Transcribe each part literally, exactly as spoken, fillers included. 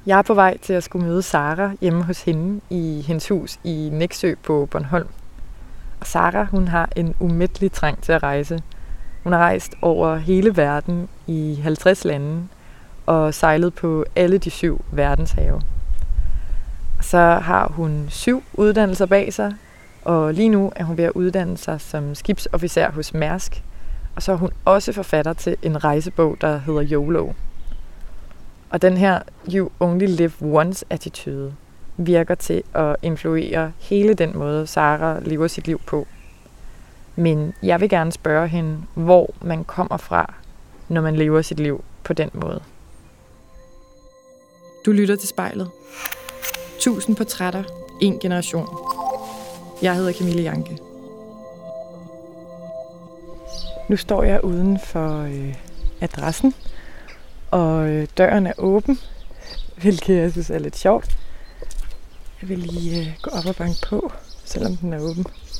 Jeg er på vej til at skulle møde Sara hjemme hos hende i hendes hus i Nexø på Bornholm. Og Sara, hun har en umættelig trang til at rejse. Hun har rejst over hele verden i halvtreds lande og sejlet på alle de syv verdenshave. Og så har hun syv uddannelser bag sig, og lige nu er hun ved at uddanne sig som skibsofficer hos Mærsk. Og så er hun også forfatter til en rejsebog, der hedder YOLO. Og den her You Only Live Once-attitude virker til at influere hele den måde, Sara lever sit liv på. Men jeg vil gerne spørge hende, hvor man kommer fra, når man lever sit liv på den måde. Du lytter til Spejlet. Tusind portrætter, en generation. Jeg hedder Camille Janke. Nu står jeg uden for øh, adressen, og øh, døren er åben, hvilket jeg synes er lidt sjovt. Jeg vil lige øh, gå op og banke på, selvom den er åben.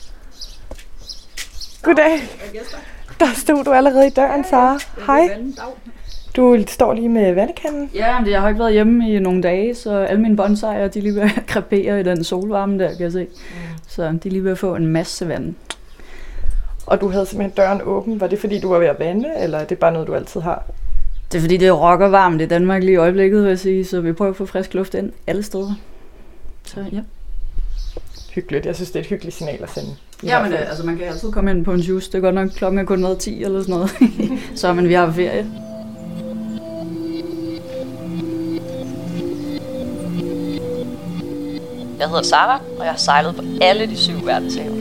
Goddag. Der stod du allerede i døren, Sara. Hej. Du står lige med vandkanden. Ja, men jeg har ikke været hjemme i nogle dage, så alle mine bonsaier, de er lige ved at krepere i den solvarme der, kan jeg se. Mm. Så de er lige ved at få en masse vand. Og du havde simpelthen døren åben. Var det fordi, du var ved at vande, eller er det bare noget, du altid har? Det er fordi, det er rockervarmt i Danmark lige i øjeblikket, vil jeg sige, så vi prøver at få frisk luft ind alle steder. Så ja. Hyggeligt. Jeg synes, det er et hyggeligt signal at sende. Ja, men det, altså, man kan altid komme ind på en juice. Det er godt nok, klokken er kun noget ti eller sådan noget. Så men vi har ferie. Jeg hedder Sara, og jeg har sejlet på alle de syv verdenshave.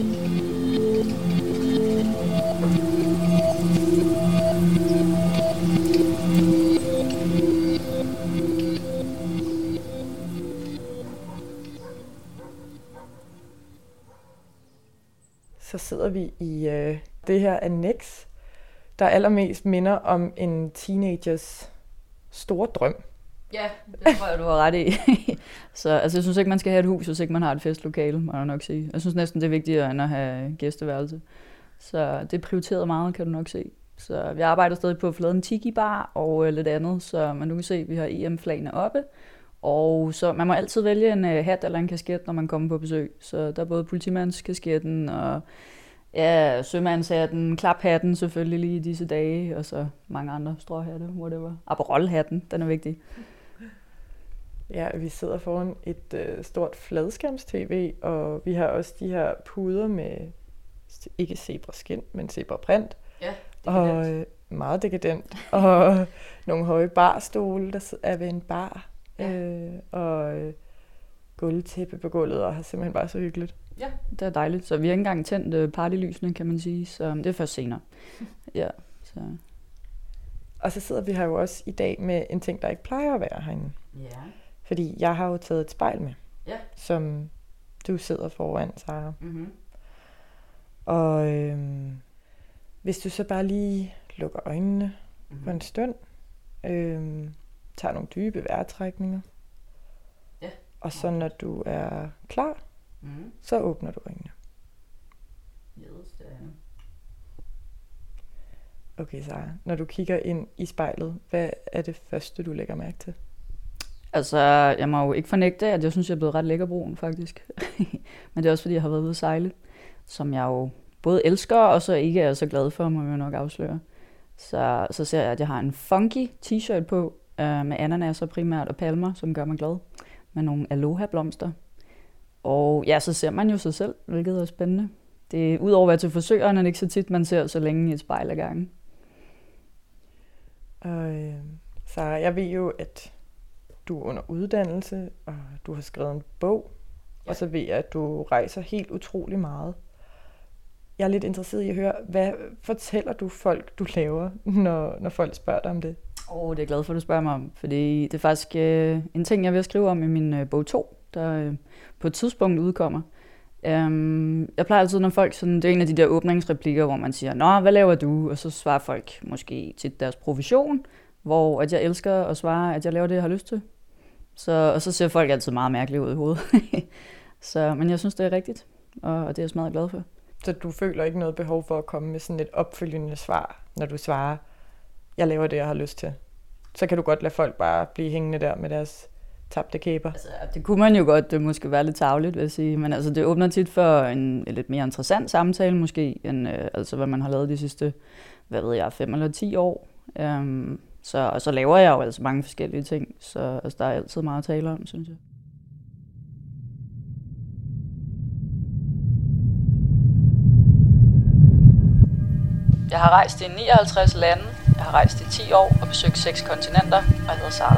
Så sidder vi i øh, det her annex, der allermest minder om en teenagers store drøm. Ja, det tror jeg, du har ret i. Så altså, jeg synes ikke, man skal have et hus, hvis ikke man har et festlokale, må jeg nok sige. Jeg synes næsten, det er vigtigere, end at have gæsteværelse. Så det er prioriteret meget, kan du nok se. Så vi arbejder stadig på at få lavet en tiki-bar og øh, lidt andet, så man nu kan se, at vi har E M-flagene oppe. Og så man må altid vælge en øh, hat eller en kasket, når man kommer på besøg. Så der er både politimandskasketten og ja, sømandshatten, klaphatten selvfølgelig lige i disse dage, og så mange andre stråhatte, whatever. Aperol-hatten, den er vigtig. Ja, vi sidder foran et øh, stort fladskærms-tv, og vi har også de her puder med, ikke zebraskin, men zebraprint. Ja, og øh, meget dekadent. Og nogle høje barstole, der er ved en bar. Ja. Øh, og øh, gulvtæppe på gulvet, og har simpelthen bare så hyggeligt. Ja, det er dejligt. Så vi har ikke engang tændt partylysene, kan man sige, så det er først senere. Ja, så. Og så sidder vi her jo også i dag med en ting, der ikke plejer at være herinde. Ja. Fordi jeg har jo taget et spejl med, ja. som du sidder foran, Sara. Mm-hmm. Og øhm, hvis du så bare lige lukker øjnene mm-hmm. på en stund, øhm, tager nogle dybe vejrtrækninger, ja. og så når du er klar, mm-hmm. så åbner du øjnene. Yes, det er. Okay, Sara, når du kigger ind i spejlet, hvad er det første, du lægger mærke til? Altså, jeg må jo ikke fornægte, at jeg synes, jeg er blevet ret lækkerbrun, faktisk. Men det er også, fordi jeg har været ude at sejle, som jeg jo både elsker, og så ikke er så glad for, må jeg nok afsløre. Så, så ser jeg, at jeg har en funky t-shirt på, øh, med ananaser primært og palmer, som gør mig glad, med nogle aloha-blomster. Og ja, så ser man jo sig selv, hvilket er spændende. Det er udover at være til forsøgeren, er det ikke så tit, man ser så længe i et spejl ad gangen. Og øh, Sara, jeg ved jo, at du er under uddannelse, og du har skrevet en bog, ja. Og så ved jeg, at du rejser helt utrolig meget. Jeg er lidt interesseret i at høre, hvad fortæller du folk, du laver, når, når folk spørger dig om det? Åh, oh, det er jeg glad for, at du spørger mig om, fordi det er faktisk øh, en ting, jeg vil skrive om i min øh, bog to, der øh, på et tidspunkt udkommer. Um, jeg plejer altid, når folk, sådan, det er en af de der åbningsreplikker, hvor man siger, nå, hvad laver du? Og så svarer folk måske til deres profession, hvor at jeg elsker at svare, at jeg laver det, jeg har lyst til. Så, og så ser folk altid meget mærkeligt ud i hovedet. så, men jeg synes, det er rigtigt, og, og det er jeg smadret glad for. Så du føler ikke noget behov for at komme med sådan et opfølgende svar, når du svarer, jeg laver det, jeg har lyst til? Så kan du godt lade folk bare blive hængende der med deres tabte kæber? Altså, det kunne man jo godt, det måske være lidt tarveligt, vil jeg sige. Men altså, det åbner tit for en, en lidt mere interessant samtale måske, end øh, altså, hvad man har lavet de sidste, hvad ved jeg, fem eller ti år. Um, så, og så laver jeg jo altså mange forskellige ting, så altså, der er altid meget at tale om, synes jeg. Jeg har rejst i nioghalvtreds lande, jeg har rejst i ti år og besøgt seks kontinenter, og jeg hedder Sara.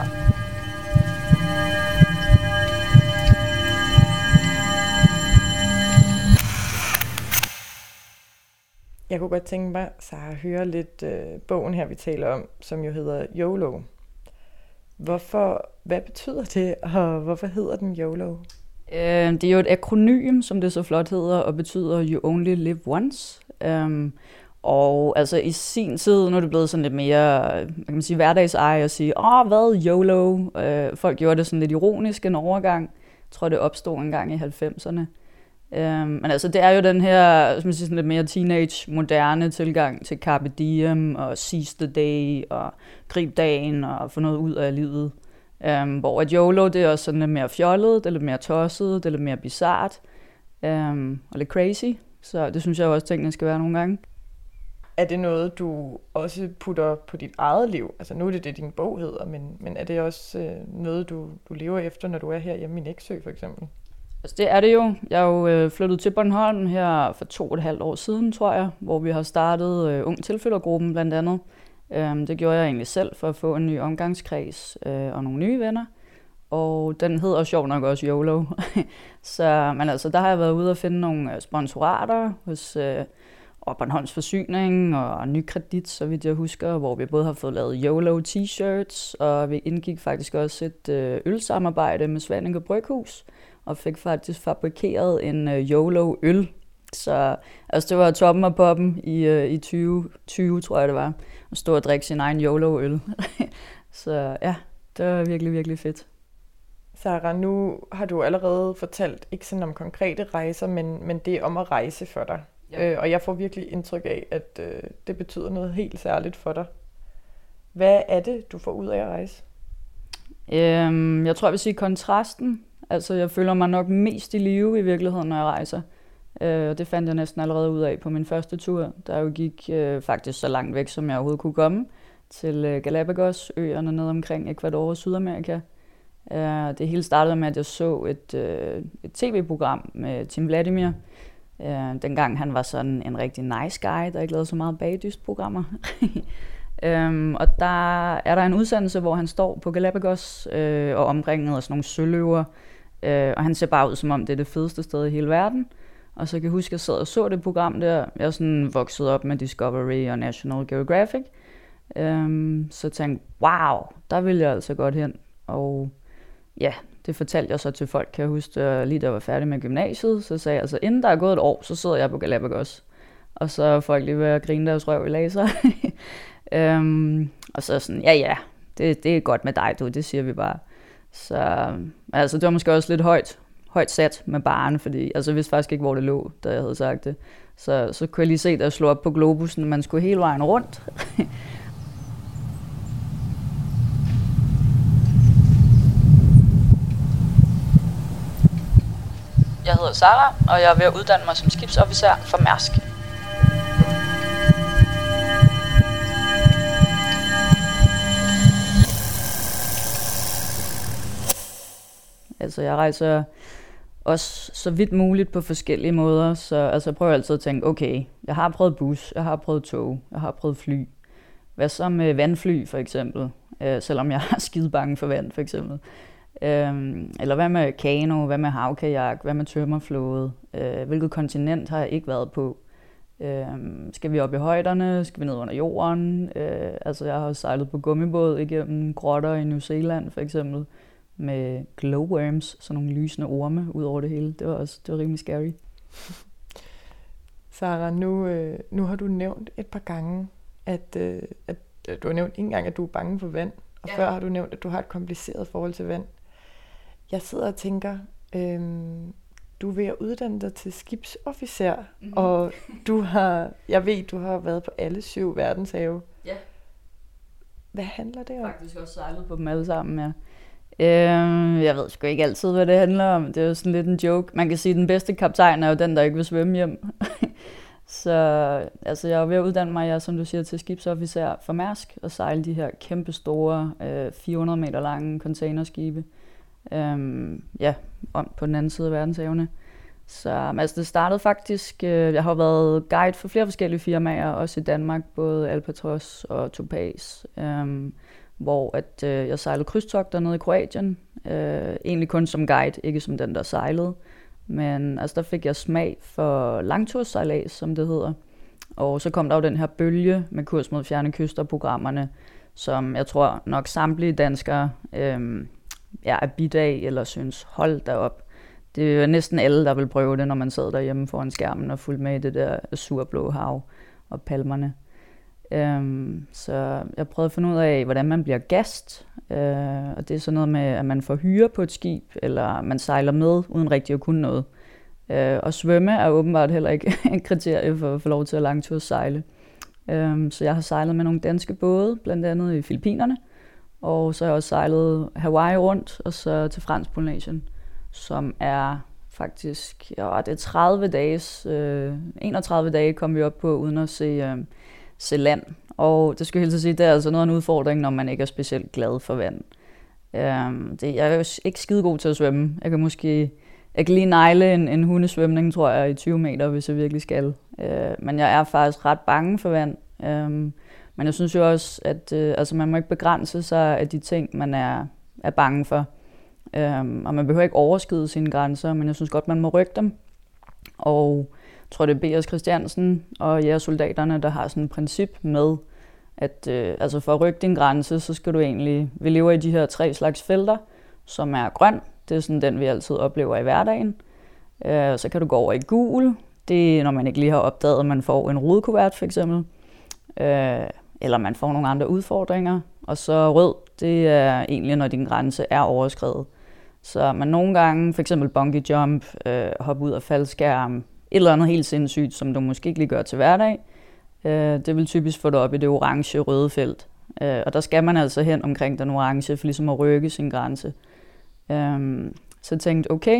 Jeg kunne godt tænke mig, Sara, at høre lidt øh, bogen her, vi taler om, som jo hedder YOLO. Hvorfor, hvad betyder det, og hvorfor hedder den YOLO? Øh, det er jo et akronym, som det så flot hedder, og betyder You Only Live Once. Um, og altså i sin tid, nu er det blevet sådan lidt mere, hvad kan man sige, hverdagseje at sige, åh, hvad, YOLO? Uh, folk gjorde det sådan lidt ironisk en overgang. Jeg tror, det opstod en gang i halvfemserne. Um, men altså, det er jo den her, som man siger, sådan lidt mere teenage, moderne tilgang til Carpe Diem og Seize the Day og Grib dagen og få noget ud af livet. Um, hvor at YOLO, det er også sådan lidt mere fjollet, det er lidt mere tosset, det er lidt mere bizart um, og lidt crazy. Så det synes jeg også, tingene skal være nogle gange. Er det noget, du også putter på dit eget liv? Altså nu er det det, din bog hedder, men, men er det også øh, noget, du, du lever efter, når du er her hjemme i Nexø for eksempel? Altså det er det jo. Jeg er jo øh, flyttet til Bornholm her for to og et halvt år siden, tror jeg, hvor vi har startet øh, Ung Tilflyttergruppen blandt andet. Um, det gjorde jeg egentlig selv for at få en ny omgangskreds øh, og nogle nye venner. Og den hedder sjovt nok også YOLO. Så men altså, der har jeg været ude og finde nogle sponsorater hos øh, og Bornholms Forsyning og Nykredit, så vidt jeg husker, hvor vi både har fået lavet YOLO t-shirts, og vi indgik faktisk også et øh, ølsamarbejde med Svanninge Bryghus, og fik faktisk fabrikeret en øh, YOLO-øl. Så altså, det var toppen af poppen i, øh, i tyve tyve, tror jeg det var, at stå og drikke sin egen YOLO-øl. Så ja, det var virkelig, virkelig fedt. Sara, nu har du allerede fortalt, ikke sådan om konkrete rejser, men, men det er om at rejse for dig. Ja. Øh, og jeg får virkelig indtryk af, at øh, det betyder noget helt særligt for dig. Hvad er det, du får ud af at rejse? Øhm, jeg tror, jeg vil sige kontrasten. Altså, jeg føler mig nok mest i live i virkeligheden, når jeg rejser. Øh, og det fandt jeg næsten allerede ud af på min første tur, der jo gik øh, faktisk så langt væk, som jeg overhovedet kunne komme, til øh, Galapagos-øerne nede omkring Ecuador og Sydamerika. Uh, det hele startede med, at jeg så et, uh, et tv-program med Tim Vladimir. Uh, dengang han var sådan en rigtig nice guy, der ikke lavede så meget bagdystprogrammer. um, og der er der en udsendelse, hvor han står på Galapagos uh, og omringet af sådan nogle søløver. Uh, og han ser bare ud, som om det er det fedeste sted i hele verden. Og så kan jeg huske, at jeg sad og så det program der. Jeg er sådan vokset op med Discovery og National Geographic. Um, så tænkte jeg, wow, der vil jeg altså godt hen. Og ja, det fortalte jeg så til folk, kan jeg huske, lige da jeg var færdig med gymnasiet, så sagde jeg, altså inden der er gået et år, så sidder jeg på Galapagos. Og så er folk lige ved at grine deres røv i laser. um, og så sådan, ja ja, det, det er godt med dig, du, det siger vi bare. Så altså, det var måske også lidt højt, højt sat med barren, fordi altså, jeg vidste faktisk ikke, hvor det lå, da jeg havde sagt det. Så, så kunne jeg lige se, da jeg slog op på globussen, at man skulle hele vejen rundt. Jeg hedder Sara, og jeg er ved at uddanne mig som skibsofficer for Mærsk. Altså, jeg rejser også så vidt muligt på forskellige måder, så altså, jeg prøver altid at tænke, okay, jeg har prøvet bus, jeg har prøvet tog, jeg har prøvet fly. Hvad så med vandfly, for eksempel? Øh, selvom jeg er skide bange for vand, for eksempel. Øhm, eller hvad med kano, hvad med havkajak, hvad med tømmerflåde, øh, hvilket kontinent har jeg ikke været på? Øhm, skal vi op i højderne, skal vi ned under jorden? Øh, altså jeg har sejlet på gummibåd igennem grotter i New Zealand for eksempel, med glowworms, sådan nogle lysende orme ud over det hele. Det var også det var rimelig scary. Sara, nu, øh, nu har du nævnt et par gange, at, øh, at, at du har nævnt en gang, at du er bange for vand, og ja. Før har du nævnt, at du har et kompliceret forhold til vand. Jeg sidder og tænker, øhm, du er ved at uddanne dig til skibsofficer, mm-hmm. og du har, jeg ved, du har været på alle syv verdenshave. Ja. Hvad handler det om? Faktisk også sejlet på dem alle sammen, ja. Øh, jeg ved sgu ikke altid, hvad det handler om. Det er jo sådan lidt en joke. Man kan sige, at den bedste kaptajn er jo den, der ikke vil svømme hjem. Så altså, jeg er ved at uddanne mig, jeg, som du siger, til skibsofficer for Mærsk og sejle de her kæmpe store, øh, fire hundrede meter lange containerskibe. Øhm, ja, om på den anden side af verdenshavene. Så altså, det startede faktisk, øh, jeg har været guide for flere forskellige firmaer, også i Danmark, både Albatros og Topaz, øh, hvor at, øh, jeg sejlede krydstogter nede i Kroatien, øh, egentlig kun som guide, ikke som den, der sejlede. Men altså, der fik jeg smag for langturssejlads, som det hedder. Og så kom der jo den her bølge med Kurs mod fjerne kyster-programmerne, som jeg tror nok samtlige danskere øh, ja, er bidt af eller synes, hold da op. Det er næsten alle, der vil prøve det, når man sad derhjemme foran skærmen og fulgte med i det der surblå hav og palmerne. Um, så jeg prøvede at finde ud af, hvordan man bliver gast. Uh, og det er sådan noget med, at man får hyre på et skib, eller man sejler med, uden rigtig at kunne noget. Uh, og svømme er åbenbart heller ikke et kriterie for at få lov til at langturssejle. Um, så jeg har sejlet med nogle danske både, blandt andet i Filippinerne. Og så har jeg også sejlet Hawaii rundt, og så til Fransk Polynesien, som er faktisk, ja, det er tredive dages, øh, enogtredive dage kom vi op på, uden at se, øh, se land. Og det skal jeg helt sige, det er altså noget af en udfordring, når man ikke er specielt glad for vand. Øh, det, jeg er jo ikke skide god til at svømme. Jeg kan måske, jeg kan lige negle en, en hundesvømning, tror jeg, i tyve meter, hvis jeg virkelig skal. Øh, men jeg er faktisk ret bange for vand. Øh, men jeg synes jo også, at øh, altså man må ikke begrænse sig af de ting, man er, er bange for. Um, og man behøver ikke overskride sine grænser, men jeg synes godt, man må rykke dem. Og jeg tror, det er B S Christiansen og jægersoldaterne, der har sådan et princip med, at øh, altså for at rykke din grænse, så skal du egentlig, vi lever i de her tre slags felter, som er grøn, det er sådan den, vi altid oplever i hverdagen. Uh, så kan du gå over i gul, det er, når man ikke lige har opdaget, at man får en rodekuvert for eksempel, uh, eller man får nogle andre udfordringer. Og så rød, det er egentlig, når din grænse er overskredet. Så man nogle gange, for eksempel bungee jump, øh, hoppe ud af faldskærm, et eller andet helt sindssygt, som du måske ikke lige gør til hverdag, øh, det vil typisk få dig op i det orange-røde felt. Øh, og der skal man altså hen omkring den orange, for ligesom at rykke sin grænse. Øh, så jeg tænkte, okay,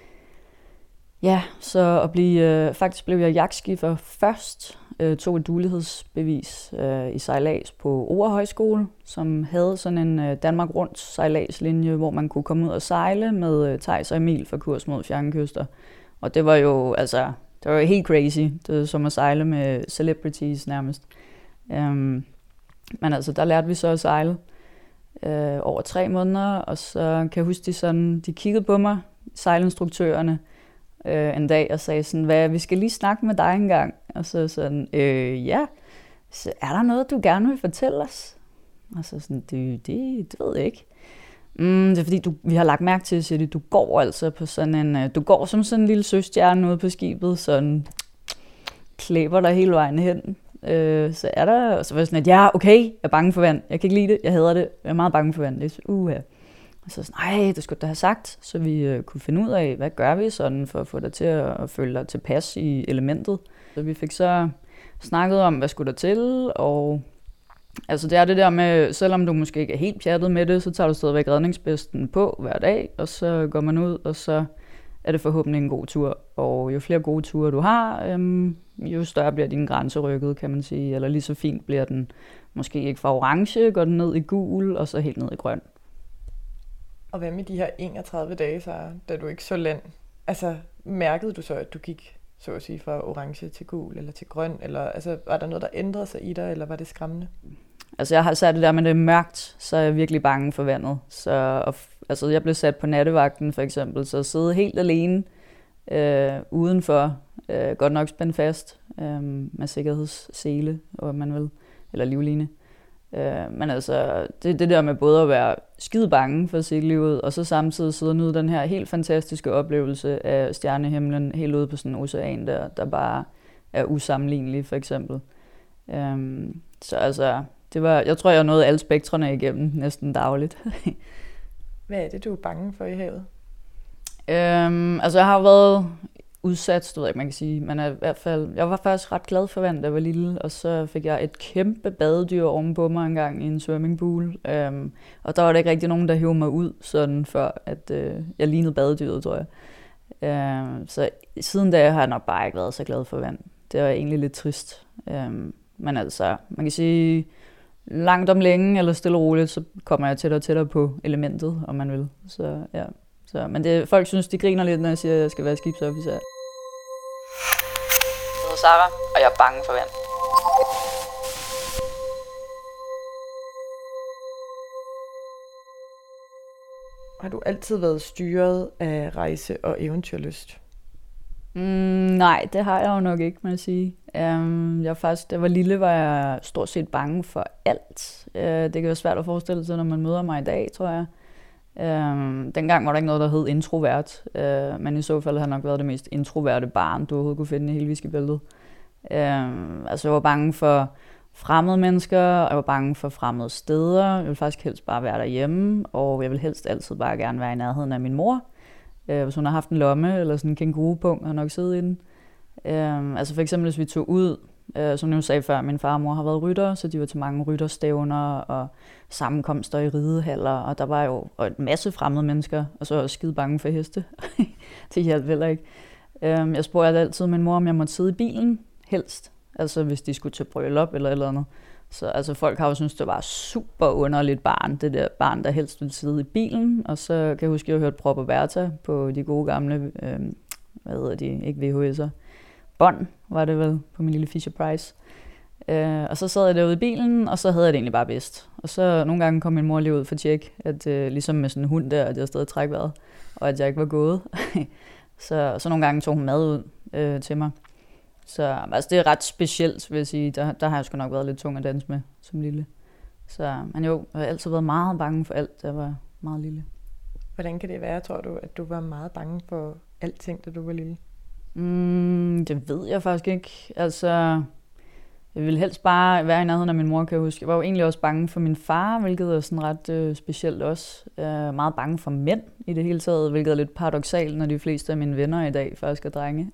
ja, så at blive, øh, faktisk blev jeg jagtskipper først, øh, tog et duelighedsbevis øh, i sejlads på Oure Højskole, som havde sådan en øh, Danmark rundt sejladslinje, hvor man kunne komme ud og sejle med øh, Theis og Emil fra Kurs mod fjerne kyster. Og det var jo, altså, det var jo helt crazy. Det var som at sejle med celebrities nærmest. Um, men altså, der lærte vi så at sejle øh, over tre måneder, og så kan jeg huske, de, sådan, de kiggede på mig, sejlinstruktørerne, øh, en dag og sagde sådan, hvad, vi skal lige snakke med dig en gang. Og så sådan, øh, ja, så er der noget, du gerne vil fortælle os? Og så sådan, det, det, det ved jeg ikke. Mm, det er fordi, du, vi har lagt mærke til, siger de, du går altså på sådan en, du går som sådan en lille søstjerne ude på skibet, sådan klæber dig hele vejen hen. Øh, så er der, og så var jeg sådan, at ja, okay, jeg er bange for vand. Jeg kan ikke lide det, jeg hader det, jeg er meget bange for vand. Det er så, uha. Og så sådan, nej, det skulle du have sagt, så vi øh, kunne finde ud af, hvad gør vi sådan, for at få dig til at, at føle dig tilpas i elementet. Så vi fik så snakket om, hvad skulle der til, og altså det er det der med, selvom du måske ikke er helt pjattet med det, så tager du stadigvæk redningsbesten på hver dag, og så går man ud, og så er det forhåbentlig en god tur. Og jo flere gode ture du har, øhm, jo større bliver din grænse rykket, kan man sige. Eller lige så fint bliver den måske ikke fra orange, går den ned i gul, og så helt ned i grøn. Og hvad med de her enogtredive dage, så, da du ikke så land? Altså, mærkede du så, at du gik, så at sige, fra orange til gul eller til grøn? Eller altså, var der noget, der ændrede sig i dig, eller var det skræmmende? Altså, jeg har sat det der med det mørkt, så er jeg virkelig bange for vandet. Så og, altså, jeg blev sat på nattevagten, for eksempel, så at sidde helt alene øh, udenfor, øh, godt nok spændt fast øh, med sikkerhedssele, og man vil, eller livline. Øh, men altså, det det der med både at være skide bange for at se livet, og så samtidig sidde og nyde den her helt fantastiske oplevelse af stjernehimlen helt ude på sådan en ocean, der, der bare er usammenlignelig, for eksempel. Øh, så altså, det var, jeg tror, jeg nåede alle spektrene igennem næsten dagligt. Hvad er det, du er bange for i havet? Øhm, altså, jeg har været udsat, du ved ikke, man kan sige. Men i hvert fald, jeg var faktisk ret glad for vand, da jeg var lille, og så fik jeg et kæmpe badedyr ovenpå mig en gang i en swimmingpool. Um, og der var der ikke rigtig nogen, der hævde mig ud, sådan før, at uh, jeg lignede badedyret, tror jeg. Um, så siden da har jeg nok bare ikke været så glad for vand. Det var egentlig lidt trist. Um, men altså, man kan sige, langt om længe, eller stille og roligt, så kommer jeg tættere og tættere på elementet, om man vil. Så ja. Så, men det, folk synes, de griner lidt, når jeg siger, at jeg skal være skibsofficer. Jeg hedder Sara, og jeg er bange for vand. Har du altid været styret af rejse- og eventyrlyst? Mm, nej, det har jeg jo nok ikke, må jeg sige. Um, jeg faktisk, da jeg var lille, var jeg stort set bange for alt. Uh, det kan være svært at forestille sig, når man møder mig i dag, tror jeg. Um, dengang var der ikke noget, der hed introvert, uh, men i så fald har nok været det mest introverte barn, du overhovedet kunne finde i hele Viskebæltet. Um, altså jeg var bange for fremmede mennesker, og jeg var bange for fremmede steder. Jeg ville faktisk helst bare være derhjemme, og jeg ville helst altid bare gerne være i nærheden af min mor. Uh, hvis hun har haft en lomme eller sådan en kængurupung, har nok siddet i den. Uh, altså for eksempel hvis vi tog ud, uh, som jeg sagde før, min far og mor har været rytter, så de var til mange rytterstævner og sammenkomster i ridehaller, og der var jo en masse fremmede mennesker, og så var jeg skide bange for heste. Det hjalp heller ikke. Um, jeg spurgte altid min mor, om jeg måtte sidde i bilen, helst. Altså hvis de skulle til bryllup eller et eller andet. Så altså, folk har jo syntes, det var super underligt barn, det der barn, der helst ville sidde i bilen. Og så kan jeg huske, at jeg hørte Prop og Bertha på de gode gamle, øh, hvad hedder de, ikke V H S'er, bånd var det vel, på min lille Fisher Price. Øh, og så sad jeg derude i bilen, og så havde jeg det egentlig bare bedst. Og så nogle gange kom min mor lige ud for at tjekke, at øh, ligesom med sådan en hund der, at jeg stadig træk vejret, og at jeg ikke var gået. så, så nogle gange tog hun mad ud øh, til mig. Så altså, det er ret specielt, vil jeg sige. Der, der har jeg sgu nok været lidt tung at danse med som lille. Så, men jo, jeg har altid været meget bange for alt, da jeg var meget lille. Hvordan kan det være, tror du, at du var meget bange for alting, da du var lille? Mm, det ved jeg faktisk ikke. Altså, jeg ville helst bare være i nærheden af min mor, kan jeg huske. Jeg var jo egentlig også bange for min far, hvilket er sådan ret øh, specielt også. Jeg er meget bange for mænd i det hele taget, hvilket er lidt paradoksalt, når de fleste af mine venner i dag faktisk er drenge.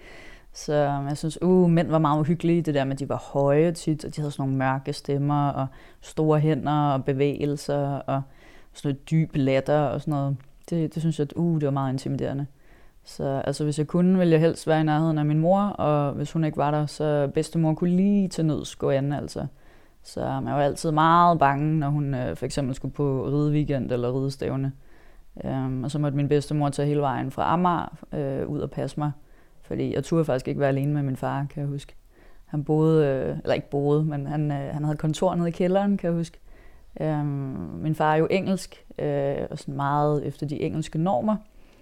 Så jeg synes, uh, mænd var meget uhyggelige, det der med, at de var høje tit, og de havde sådan nogle mørke stemmer, og store hænder, og bevægelser, og sådan noget dyb latter, og sådan noget. Det, det synes jeg, at uh, det var meget intimiderende. Så altså, hvis jeg kunne, ville jeg helst være i nærheden af min mor, og hvis hun ikke var der, så bedstemor kunne lige til nøds gå an, altså. Så jeg var altid meget bange, når hun øh, for eksempel skulle på rideweekend eller ridestævne. Um, og så måtte min bedstemor tage hele vejen fra Amager øh, ud og passe mig. Fordi jeg turde faktisk ikke være alene med min far, kan jeg huske. Han boede, øh, eller ikke boede, men han, øh, han havde kontor nede i kælderen, kan jeg huske. Um, min far er jo engelsk, øh, og sådan meget efter de engelske normer.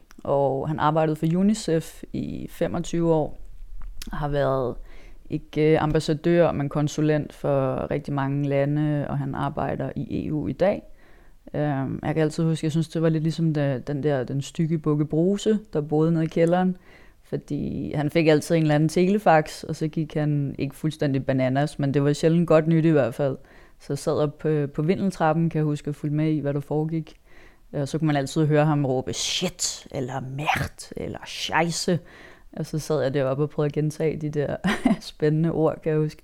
Og han arbejdede for UNICEF i femogtyve år. Har været ikke ambassadør, men konsulent for rigtig mange lande, og han arbejder i E U i dag. Um, jeg kan altid huske, jeg synes, det var lidt ligesom den der den stykke Bukke Bruse, der boede nede i kælderen. Fordi han fik altid en eller anden telefax, og så gik han ikke fuldstændig bananas, men det var sjældent godt nyt i hvert fald. Så sad jeg på, på vindeltrappen, kan jeg huske, at følge med i, hvad der foregik. Og så kunne man altid høre ham råbe shit, eller merd, eller scheisse. Og så sad jeg deroppe og prøvede at gentage de der spændende ord, kan jeg huske.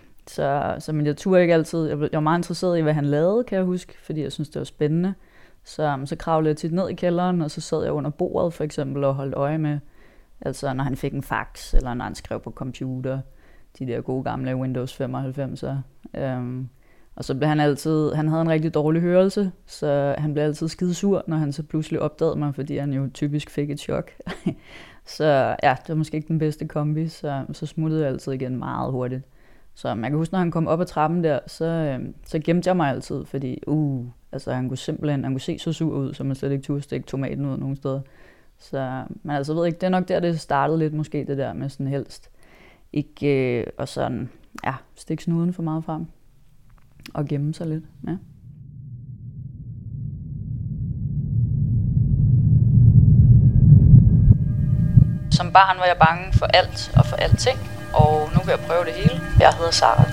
Så, så men jeg turde ikke altid. Jeg var meget interesseret i, hvad han lavede, kan jeg huske, fordi jeg synes det var spændende. Så, så kravlede jeg tit ned i kælderen, og så sad jeg under bordet for eksempel og holdt øje med, altså når han fik en fax, eller når han skrev på computer, de der gode gamle Windows femoghalvfemser. Um, og så blev han altid, han havde en rigtig dårlig hørelse, så han blev altid skidesur, når han så pludselig opdagede mig, fordi han jo typisk fik et chok. Så ja, det var måske ikke den bedste kombi, så, så smuttede jeg altid igen meget hurtigt. Så jeg kan huske, når han kom op ad trappen der, så, så gemte jeg mig altid, fordi uh, altså, han kunne simpelthen han kunne se så sur ud, så man slet ikke turde stikke tomaten ud nogen steder. Så, men altså, ved ikke, det er nok der, det startede lidt måske, det der med sådan helst ikke, øh, og sådan, ja, stikke snuden for meget frem, og gemme sig lidt, ja. Som barn var jeg bange for alt og for alting, og nu kan jeg prøve det hele. Jeg hedder Sara.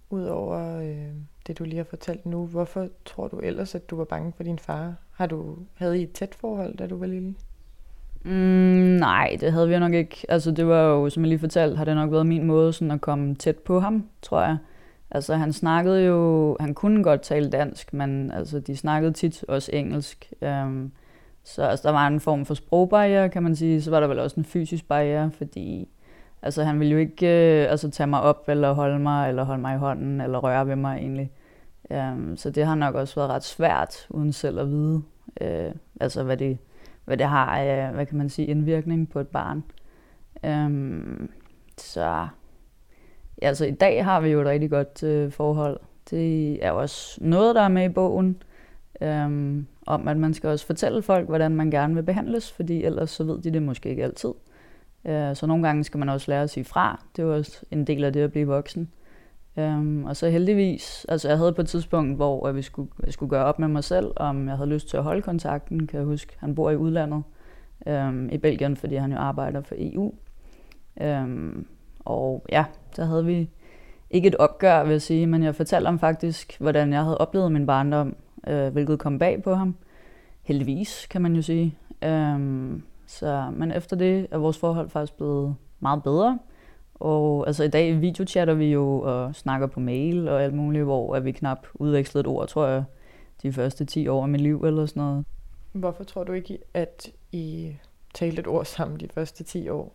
Udover øh, det, du lige har fortalt nu, hvorfor tror du ellers, at du var bange for din far? Har du, havde I et tæt forhold, da du var lille? Mm, nej, det havde vi nok ikke. Altså det var jo, som jeg lige fortalte, har det nok været min måde sådan at komme tæt på ham, tror jeg. Altså han snakkede jo, han kunne godt tale dansk, men altså de snakkede tit også engelsk. Um, så altså, der var en form for sprogbarriere, kan man sige. Så var der vel også en fysisk barriere, fordi altså, han ville jo ikke uh, altså, tage mig op, eller holde mig, eller holde mig i hånden, eller røre ved mig egentlig. Um, så det har nok også været ret svært, uden selv at vide, uh, altså hvad det, hvad det har, uh, hvad kan man sige, indvirkning på et barn. Um, så ja, altså i dag har vi jo et rigtig godt uh, forhold. Det er jo også noget, der er med i bogen, um, om at man skal også fortælle folk, hvordan man gerne vil behandles, fordi ellers så ved de det måske ikke altid. Uh, så nogle gange skal man også lære at sige fra. Det er jo også en del af det at blive voksen. Um, og så heldigvis, altså jeg havde på et tidspunkt, hvor vi skulle, jeg skulle gøre op med mig selv, om jeg havde lyst til at holde kontakten, kan jeg huske. Han bor i udlandet, um, i Belgien, fordi han jo arbejder for E U. Um, og ja, der havde vi ikke et opgør, vil jeg sige, men jeg fortalte ham faktisk, hvordan jeg havde oplevet min barndom, øh, hvilket kom bag på ham. Heldigvis, kan man jo sige. Um, så, men efter det er vores forhold faktisk blevet meget bedre. Og altså i dag videochatter vi jo og snakker på mail og alt muligt, hvor er vi knap udvekslet et ord, tror jeg, de første ti år af mit liv eller sådan noget. Hvorfor tror du ikke, at I talte et ord sammen de første ti år?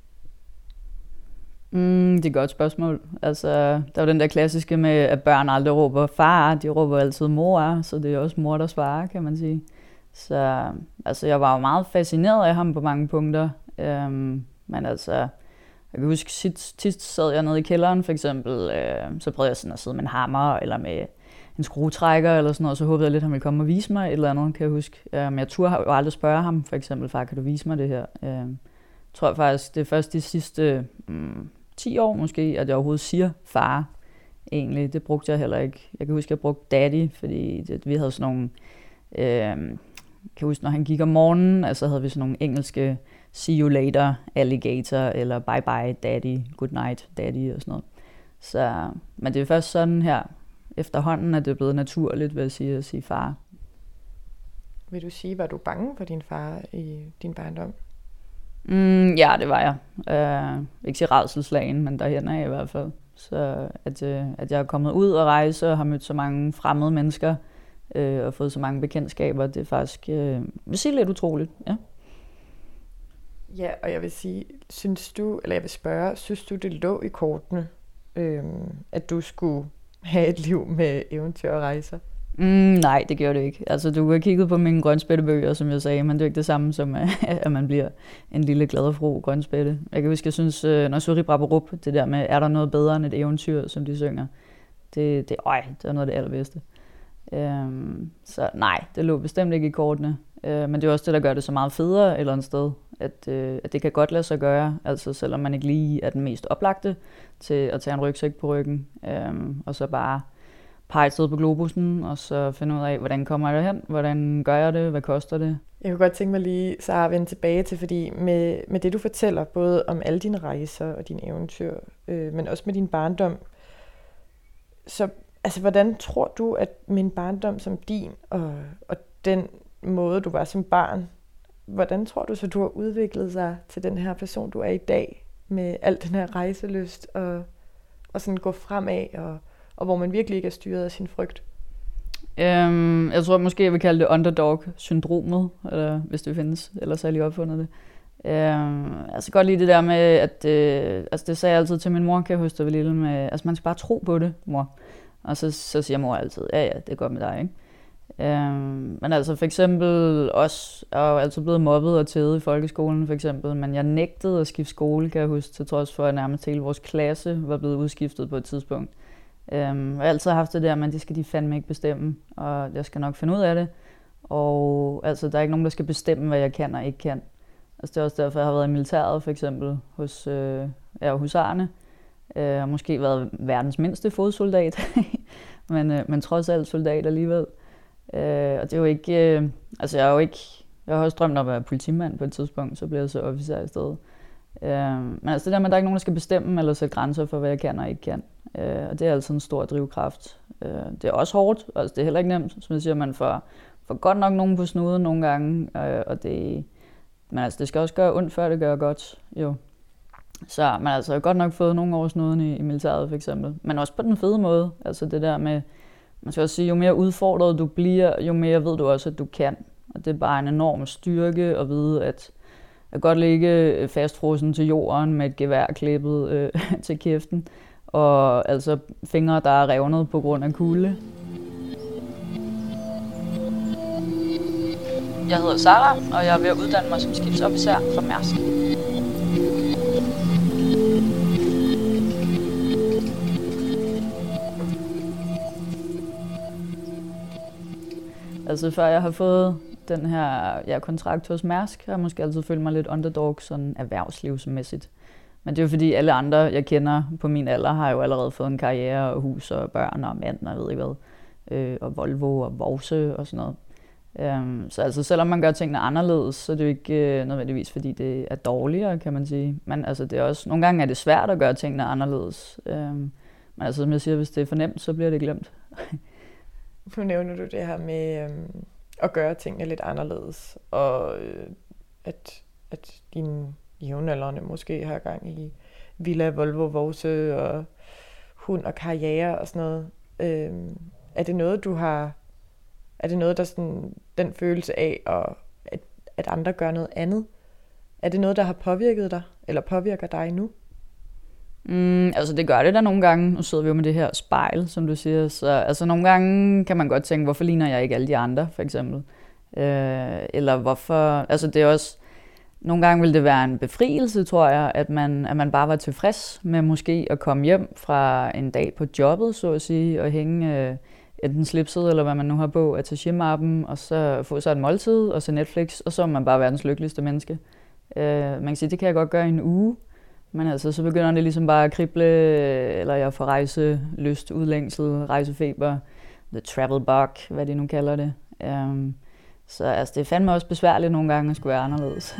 Mm, det er et godt spørgsmål. Altså, der er jo den der klassiske med, at børn aldrig råber far, de råber altid mor, så det er også mor, der svarer, kan man sige. Så altså, jeg var jo meget fascineret af ham på mange punkter. Um, men altså, jeg kan huske, tit, tit sad jeg nede i kælderen, for eksempel, uh, så prøvede jeg sådan at sidde med en hammer, eller med en skruetrækker, eller sådan noget, og så håbede jeg lidt, at han ville komme og vise mig et eller andet, kan jeg huske. Uh, men jeg turde jo aldrig spørge ham, for eksempel, far, kan du vise mig det her? Uh, jeg tror faktisk, det er først de sidste um, ti år måske, at jeg overhovedet siger far, egentlig. Det brugte jeg heller ikke. Jeg kan huske, at jeg brugte daddy, fordi det, vi havde sådan nogle, øh, kan huske, når han gik om morgenen, altså havde vi sådan nogle engelske see you later, alligator, eller bye bye daddy, good night daddy og sådan noget. Så, men det er først sådan her, efterhånden, at det er blevet naturligt, vil jeg sige, at sige far. Vil du sige, var du bange for din far i din barndom? Mm, ja, det var jeg. Uh, ikke sige rædselsslagen, men derhen er jeg i hvert fald. Så at, uh, at jeg er kommet ud og rejse og har mødt så mange fremmede mennesker uh, og fået så mange bekendtskaber, det er faktisk, uh, jeg vil sige, lidt utroligt. Ja. Ja, og jeg vil sige, synes du, eller jeg vil spørge, synes du, det lå i kortene, øhm, at du skulle have et liv med eventyr og rejser? Mm, nej, det gjorde det ikke. Altså, du har kigget på mine grønspættebøger, som jeg sagde, men det er ikke det samme som, at man bliver en lille glad fru grønspætte. Jeg kan huske, jeg synes, når Suri Braberup, det der med, er der noget bedre end et eventyr, som de synger, det, det, øj, det er noget af det allerbedste. Øhm, så nej, det lå bestemt ikke i kortene. Øh, men det er også det, der gør det så meget federe et eller andet sted, at, øh, at det kan godt lade sig gøre, altså selvom man ikke lige er den mest oplagte til at tage en rygsæk på ryggen, øh, og så bare pege et sted på globussen, og så finde ud af, hvordan kommer jeg derhen, hvordan gør jeg det, hvad koster det. Jeg kunne godt tænke mig lige, så at vende tilbage til, fordi med, med det, du fortæller, både om alle dine rejser og dine eventyr, øh, men også med din barndom, så altså, hvordan tror du, at min barndom som din, og, og den måde, du var som barn, hvordan tror du så, du har udviklet sig til den her person, du er i dag, med al den her rejselyst, og, og sådan gå fremad, og og hvor man virkelig ikke er styret af sin frygt? Um, jeg tror måske, jeg vil kalde det underdog-syndromet, eller, hvis det findes, ellers har jeg lige opfundet det. Um, altså godt lide det der med, at øh, altså det sagde jeg altid til min mor, kan jeg huske, var lille med, altså man skal bare tro på det, mor. Og så, så siger mor altid, ja ja, det er godt med dig, ikke? Um, men altså for eksempel også, jeg er jo altid blevet mobbet og tædet i folkeskolen for eksempel, men jeg nægtede at skifte skole, kan jeg huske, til trods for, at nærmest hele vores klasse var blevet udskiftet på et tidspunkt. Um, jeg har altid haft det der, men det skal de fandme ikke bestemme, og jeg skal nok finde ud af det. Og altså, der er ikke nogen, der skal bestemme, hvad jeg kan og ikke kan. Altså, det er også derfor, jeg har været i militæret, for eksempel, hos øh, ja, husarerne. Jeg har måske været verdens mindste fodsoldat, men, øh, men trods alt soldat alligevel. Øh, og det er jo ikke, øh, altså jeg har jo ikke, jeg har også drømt om at være politimand på et tidspunkt, så blev jeg så officer i stedet. Øh, men altså det der med, at der er ikke nogen, der skal bestemme eller sætte grænser for, hvad jeg kan og ikke kan. Øh, og det er altid en stor drivkraft. Øh, det er også hårdt, altså det er heller ikke nemt. Som jeg siger, man får, får godt nok nogen på snuden nogle gange, øh, og det, men altså, det skal også gøre ondt, før det gør godt, jo. Så man altså, har godt nok fået nogle over snuden i, i militæret, for eksempel. Men også på den fede måde. Altså det der med, man skal også sige, jo mere udfordret du bliver, jo mere ved du også, at du kan. Og det er bare en enorm styrke at vide, at jeg godt ligge fastfrosen til jorden med et gevær klippet øh, til kæften. Og altså fingre, der er revnet på grund af kulde. Jeg hedder Sara, og jeg er ved at uddanne mig som skibsofficer for Mærsk. Altså før jeg har fået den her ja, kontrakt hos Mærsk, har jeg måske altid følt mig lidt underdog sådan erhvervslivsmæssigt. Men det er jo fordi alle andre, jeg kender på min alder, har jo allerede fået en karriere og hus og børn og mand og jeg ved ikke hvad. Øh, og Volvo og Vorse og sådan noget. Um, så altså selvom man gør tingene anderledes, så er det jo ikke uh, nødvendigvis fordi det er dårligere, kan man sige. Men altså det er også, nogle gange er det svært at gøre tingene anderledes. Um, men altså som jeg siger, hvis det er for nemt, så bliver det glemt. Nu nævner du det her med øhm, at gøre tingene lidt anderledes, og øh, at, at dine jævnaldrende måske har gang i villa, Volvo, Vorse og hund og karriere og sådan noget. Øhm, er det noget, du har... Er det noget, der sådan, den følelse af, og at, at andre gør noget andet, er det noget, der har påvirket dig, eller påvirker dig nu? Mm, altså det gør det da nogle gange. Nu sidder vi jo med det her spejl, som du siger. Så altså nogle gange kan man godt tænke, hvorfor ligner jeg ikke alle de andre, for eksempel? Øh, eller hvorfor... Altså det er også... Nogle gange vil det være en befrielse, tror jeg, at man, at man bare var tilfreds med måske at komme hjem fra en dag på jobbet, så at sige, og hænge... Øh, enten slipset, eller hvad man nu har på, attaché-mappen, og så få sig et måltid, og så Netflix, og så er man bare verdens lykkeligste menneske. Uh, man kan sige, det kan jeg godt gøre i en uge, men altså, så begynder det ligesom bare at krible, eller jeg får rejselyst, udlængsel, rejsefeber, the travel bug, hvad de nu kalder det. Um, så altså, det er fandme også besværligt nogle gange at skulle være anderledes.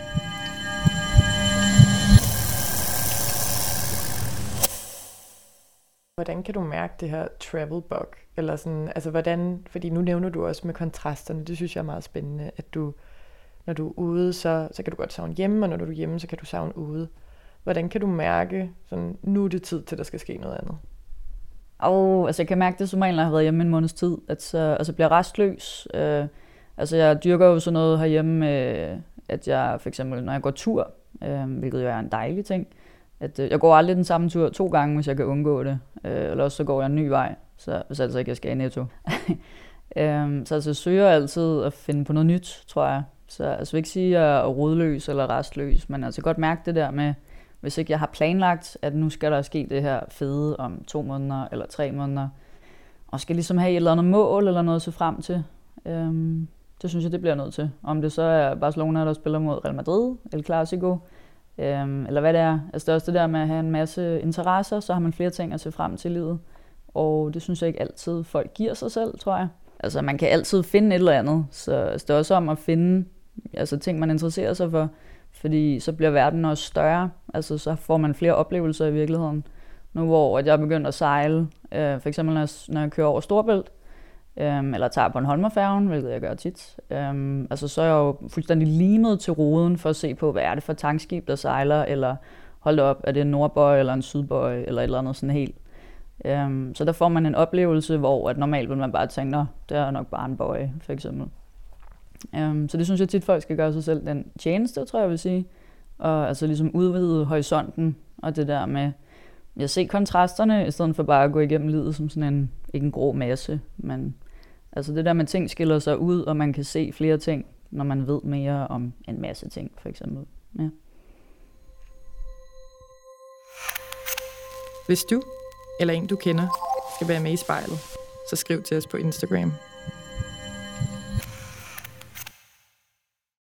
Hvordan kan du mærke det her travel bug? Eller sådan, altså hvordan, fordi nu nævner du også med kontrasterne, det synes jeg er meget spændende, at du, når du er ude, så, så kan du godt savne hjemme, og når du er hjemme, så kan du savne ude. Hvordan kan du mærke, sådan, nu er det tid til, der skal ske noget andet? Og altså jeg kan mærke det, som egentlig har været hjemme en måneds tid, at så altså, bliver restløs. Øh, altså jeg dyrker jo sådan noget herhjemme, øh, at jeg for eksempel, når jeg går tur, øh, hvilket jo er en dejlig ting, at øh, jeg går aldrig den samme tur to gange, hvis jeg kan undgå det. Øh, eller også så går jeg en ny vej, så, hvis altså ikke jeg skal i Netto. øh, så altså, jeg søger altid at finde på noget nyt, tror jeg. Så altså, jeg vil ikke sige, at jeg er rodløs eller restløs, men altså godt mærke det der med, hvis ikke jeg har planlagt, at nu skal der ske det her fede om to måneder eller tre måneder, og skal ligesom have et eller andet mål eller noget at se frem til. Øh, det synes jeg, det bliver nødt til. Om det så er Barcelona, der spiller mod Real Madrid, El Clasico, Øhm, eller hvad det er. Altså det er også det der med at have en masse interesser, så har man flere ting at se frem til i livet. Og det synes jeg ikke altid folk giver sig selv, tror jeg. Altså man kan altid finde et eller andet, så altså, det er også om at finde altså, ting, man interesserer sig for. Fordi så bliver verden også større, altså så får man flere oplevelser i virkeligheden. Nu hvor jeg er begyndt at sejle, øh, for eksempel når jeg kører over Storebælt, Øhm, eller tager Bornholmerfærgen, hvilket jeg gør tit. Øhm, altså så er jeg jo fuldstændig limet til roden for at se på, hvad er det for tankskib, der sejler, eller hold op, er det en nordbøj eller en sydbøj, eller et eller andet sådan helt. Øhm, så der får man en oplevelse, hvor at normalt vil man bare tænke, nå, det er nok bare en bøje, for eksempel. Øhm, så det synes jeg tit, folk skal gøre sig selv den tjeneste, tror jeg, jeg vil sige. Og altså ligesom udvide horisonten, og det der med at se kontrasterne, i stedet for bare at gå igennem livet som sådan en, ikke en grå masse, men altså det der med ting skiller sig ud, og man kan se flere ting, når man ved mere om en masse ting, for eksempel. Ja. Hvis du, eller en du kender, skal være med i spejlet, så skriv til os på Instagram.